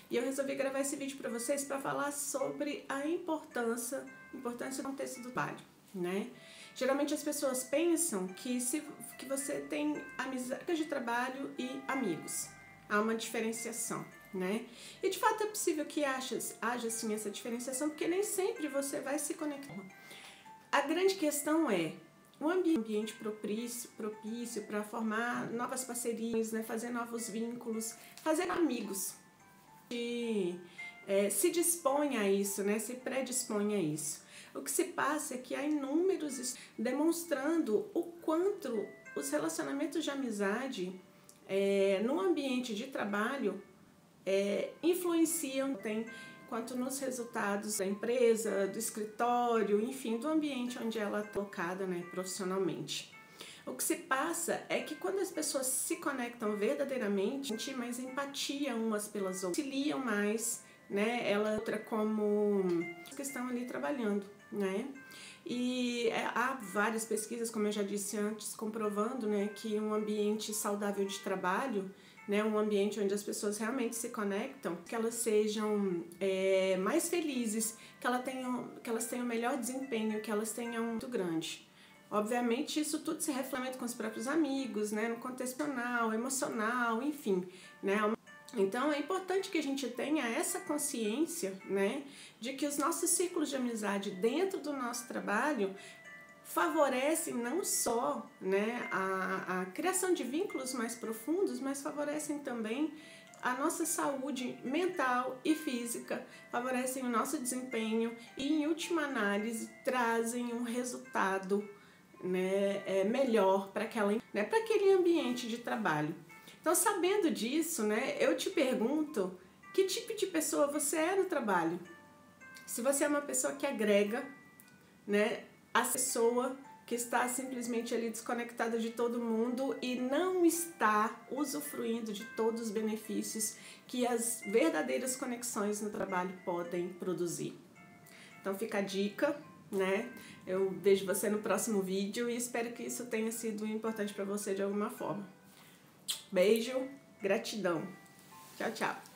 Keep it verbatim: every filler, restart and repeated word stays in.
E eu resolvi gravar esse vídeo para vocês para falar sobre a importância, importância do contexto do trabalho, né? Geralmente as pessoas pensam que, se, que você tem amizade de trabalho e amigos. Há uma diferenciação, né? E de fato é possível que haja, haja sim essa diferenciação, porque nem sempre você vai se conectar. A grande questão é um ambiente propício, propício para formar novas parcerias, né? Fazer novos vínculos, fazer amigos. E, é, se dispõe a isso, né? Se predispõe a isso. O que se passa é que há inúmeros demonstrando o quanto os relacionamentos de amizade é, no ambiente de trabalho é, influenciam, tem, quanto nos resultados da empresa, do escritório, enfim, do ambiente onde ela é colocada, né, profissionalmente. O que se passa é que quando as pessoas se conectam verdadeiramente, sentem mais empatia umas pelas outras, auxiliam mais, né, ela outra como que estão ali trabalhando, né? E há várias pesquisas, como eu já disse antes, comprovando, né, que um ambiente saudável de trabalho, né, um ambiente onde as pessoas realmente se conectam, que elas sejam é, mais felizes, que elas tenham, que elas tenham melhor desempenho, que elas tenham muito grande. Obviamente isso tudo se reflete com os próprios amigos, né, no contexto emocional, enfim, né. Então é importante que a gente tenha essa consciência, né, de que os nossos círculos de amizade dentro do nosso trabalho favorecem não só, né, a, a criação de vínculos mais profundos, mas favorecem também a nossa saúde mental e física, favorecem o nosso desempenho e, em última análise, trazem um resultado, né, é, melhor para aquela, né, para aquele ambiente de trabalho. Então, sabendo disso, né, eu te pergunto, que tipo de pessoa você é no trabalho? Se você é uma pessoa que agrega, né, a pessoa que está simplesmente ali desconectada de todo mundo e não está usufruindo de todos os benefícios que as verdadeiras conexões no trabalho podem produzir. Então fica a dica, né? Eu vejo você no próximo vídeo e espero que isso tenha sido importante para você de alguma forma. Beijo, gratidão. Tchau, tchau.